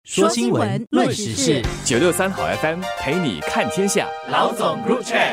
说新闻，论时事 963好 FM 陪你看天下。 老总 Group Chat。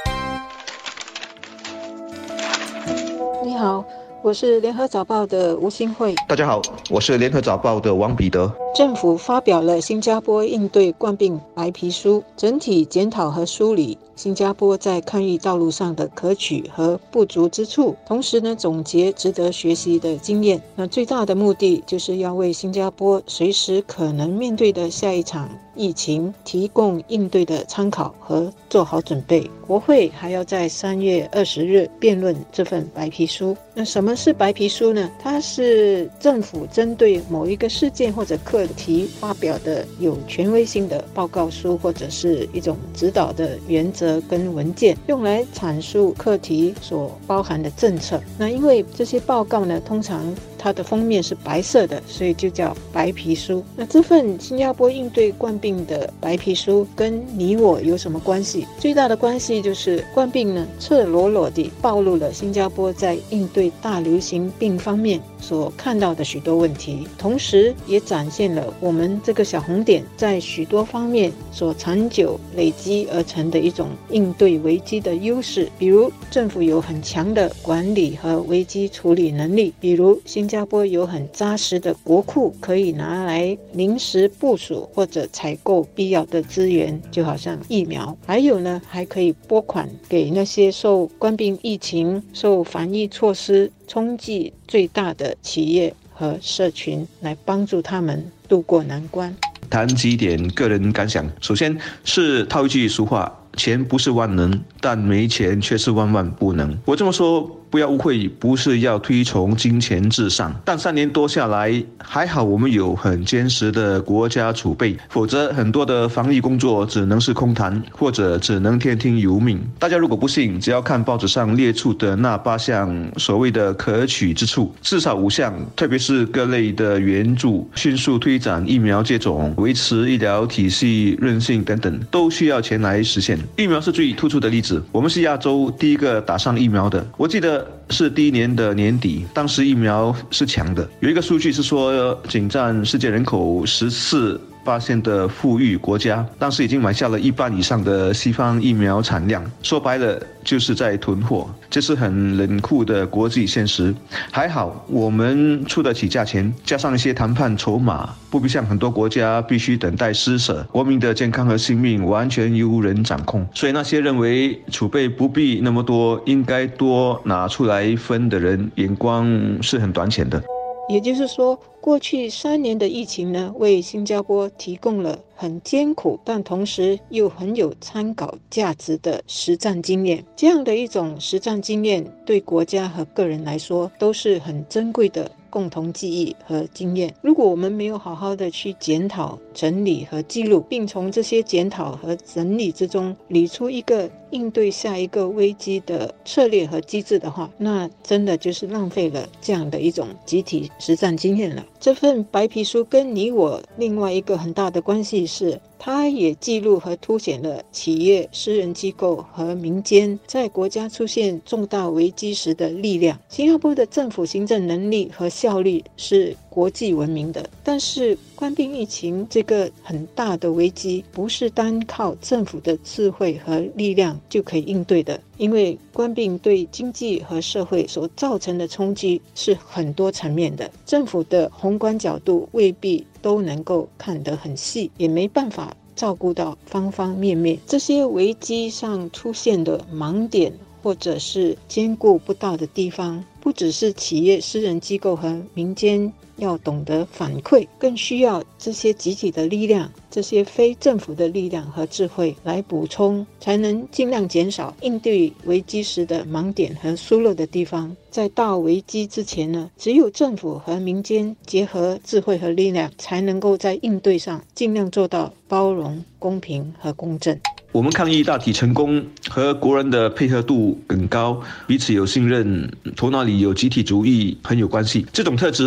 你好，我是联合早报的吴新慧。 大家好，我是联合早报的王彼得。 政府发表了新加坡应对冠病白皮书，整体检讨和梳理新加坡在抗疫道路上的可取和不足之处，同时呢，总结值得学习的经验。那最大的目的就是要为新加坡随时可能面对的下一场疫情提供应对的参考和做好准备。国会还要在3月20日辩论这份白皮书。那什么是白皮书呢？它是政府针对某一个事件或者课题发表的有权威性的报告书，或者是一种指导的原则跟文件，用来阐述课题所包含的政策。那因为这些报告呢，通常它的封面是白色的，所以就叫白皮书。那这份新加坡应对冠病的白皮书跟你我有什么关系？最大的关系就是冠病呢，赤裸裸地暴露了新加坡在应对大流行病方面所看到的许多问题，同时也展现了我们这个小红点在许多方面所长久累积而成的一种应对危机的优势。比如政府有很强的管理和危机处理能力，比如新加坡有很扎实的国库，可以拿来临时部署或者采购必要的资源，就好像疫苗。还有呢，还可以拨款给那些受冠病疫情、受防疫措施冲击最大的企业和社群，来帮助他们渡过难关。 谈几点个人感想。首先是套一句俗话，钱不是万能，但没钱却是万万不能。我这么说不要误会，不是要推崇金钱至上，但3年多下来，还好我们有很坚实的国家储备，否则很多的防疫工作只能是空谈，或者只能听听由命。大家如果不信，只要看报纸上列出的那8项所谓的可取之处，至少5项，特别是各类的援助、迅速推展疫苗接种、维持医疗体系韧性等等，都需要钱来实现。疫苗是最突出的例子，我们是亚洲第一个打上疫苗的。我记得是第1年的年底，当时疫苗是强的。有一个数据是说，仅占世界人口14%的富裕国家，当时已经买下了1半以上的西方疫苗产量。说白了，就是在囤货，这是很冷酷的国际现实。还好我们出得起价钱，加上一些谈判筹码，不必像很多国家必须等待施舍，国民的健康和性命完全由人掌控。所以那些认为储备不必那么多，应该多拿出来分的人，眼光是很短浅的。 也就是说，过去3年的疫情呢，为新加坡提供了很艰苦，但同时又很有参考价值的实战经验。这样的一种实战经验，对国家和个人来说都是很珍贵的共同记忆和经验。如果我们没有好好的去检讨、整理和记录，并从这些检讨和整理之中理出一个应对下一个危机的策略和机制的话，那真的就是浪费了这样的一种集体实战经验了。这份白皮书跟你我另外一个很大的关系是，它也记录和凸显了企业、私人机构和民间在国家出现重大危机时的力量。新加坡的政府行政能力和效率是国际闻名的，但是冠病疫情这个很大的危机，不是单靠政府的智慧和力量就可以应对的，因为冠病对经济和社会所造成的冲击是很多层面的，政府的宏观角度未必都能够看得很细，也没办法照顾到方方面面。这些危机上出现的盲点或者是兼顾不到的地方，不只是企业、私人机构和民间要懂得反馈，更需要这些集体的力量，这些非政府的力量和智慧来补充，才能尽量减少应对危机时的盲点和疏漏的地方。在大危机之前呢，只有政府和民间结合智慧和力量，才能够在应对上尽量做到包容、公平和公正。 我们抗疫大体成功，和国人的配合度很高，彼此有信任，头脑里有集体主义很有关系。这种特质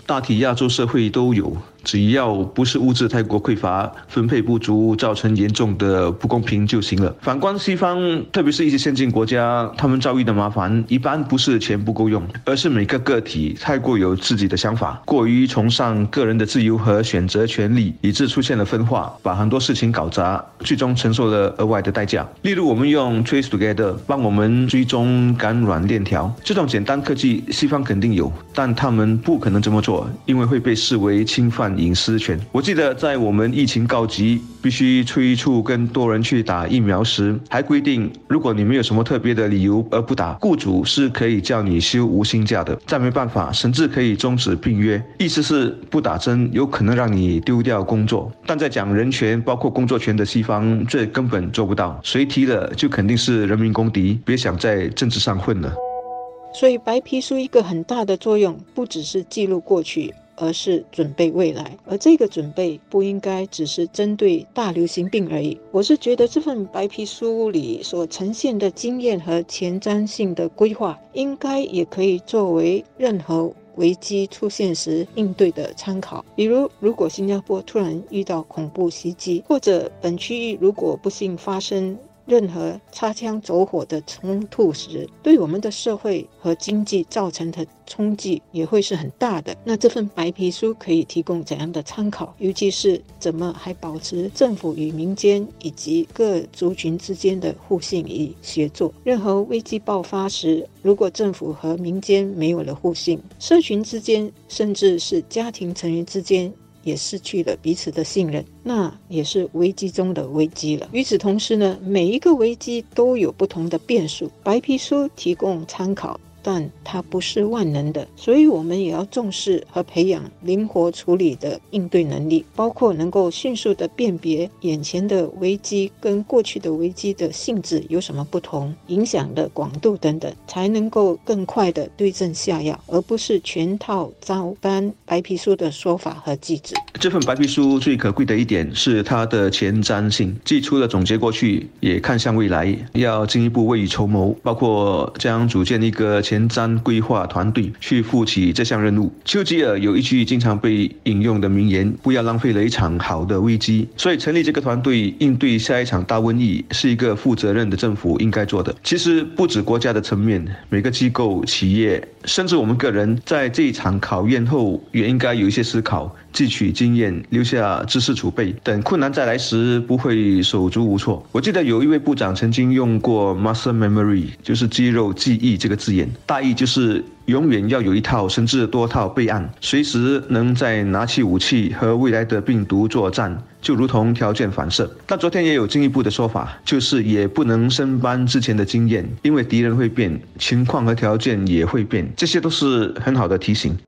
大体亚洲社会都有。只要不是物质太过匮乏、分配不足，造成严重的不公平就行了。反观西方，特别是一些先进国家，他们遭遇的麻烦一般不是钱不够用，而是每个个体太过有自己的想法，过于崇尚个人的自由和选择权利，以致出现了分化，把很多事情搞砸，最终承受了额外的代价。例如，我们用 Trace Together 帮我们追踪感染链条，这种简单科技西方肯定有，但他们不可能这么做，因为会被视为侵犯隐私权。我记得在我们疫情告急，必须催促更多人去打疫苗时，还规定如果你没有什么特别的理由而不打，雇主是可以叫你休无薪假的。再没办法，甚至可以终止并约，意思是不打针有可能让你丢掉工作。但在讲人权，包括工作权的西方，这根本做不到。谁提了就肯定是人民公敌，别想在政治上混了。 所以白皮书一个很大的作用，不只是记录过去，而是准备未来。而这个准备不应该只是针对大流行病而已。我是觉得这份白皮书里所呈现的经验和前瞻性的规划，应该也可以作为任何危机出现时应对的参考。比如，如果新加坡突然遇到恐怖袭击，或者本区域如果不幸发生任何擦枪走火的冲突时，对我们的社会和经济造成的冲击也会是很大的。那这份白皮书可以提供怎样的参考？尤其是怎么还保持政府与民间以及各族群之间的互信与协作。任何危机爆发时，如果政府和民间没有了互信，社群之间甚至是家庭成员之间也失去了彼此的信任，那也是危机中的危机了。与此同时呢，每一个危机都有不同的变数，白皮书提供参考，但它不是万能的，所以我们也要重视和培养灵活处理的应对能力，包括能够迅速的辨别眼前的危机跟过去的危机的性质有什么不同，影响的广度等等，才能够更快的对症下药，而不是全套照搬白皮书的说法和机制。 这份白皮书最可贵的一点是它的前瞻性，既除了总结过去，也看向未来，要进一步未雨绸缪，包括将组建一个前瞻规划团队去负起这项任务。丘吉尔有一句经常被引用的名言，不要浪费了一场好的危机。所以成立这个团队应对下一场大瘟疫，是一个负责任的政府应该做的。其实不止国家的层面，每个机构、企业，甚至我们个人，在这一场考验后，也应该有一些思考，汲取经验，留下知识储备，等困难再来时不会手足无措。我记得有一位部长曾经用过 muscle memory， 就是肌肉记忆这个字眼，大意就是永远要有一套甚至多套备案，随时能再拿起武器和未来的病毒作战，就如同条件反射。但昨天也有进一步的说法，就是也不能生搬之前的经验，因为敌人会变，情况和条件也会变，这些都是很好的提醒。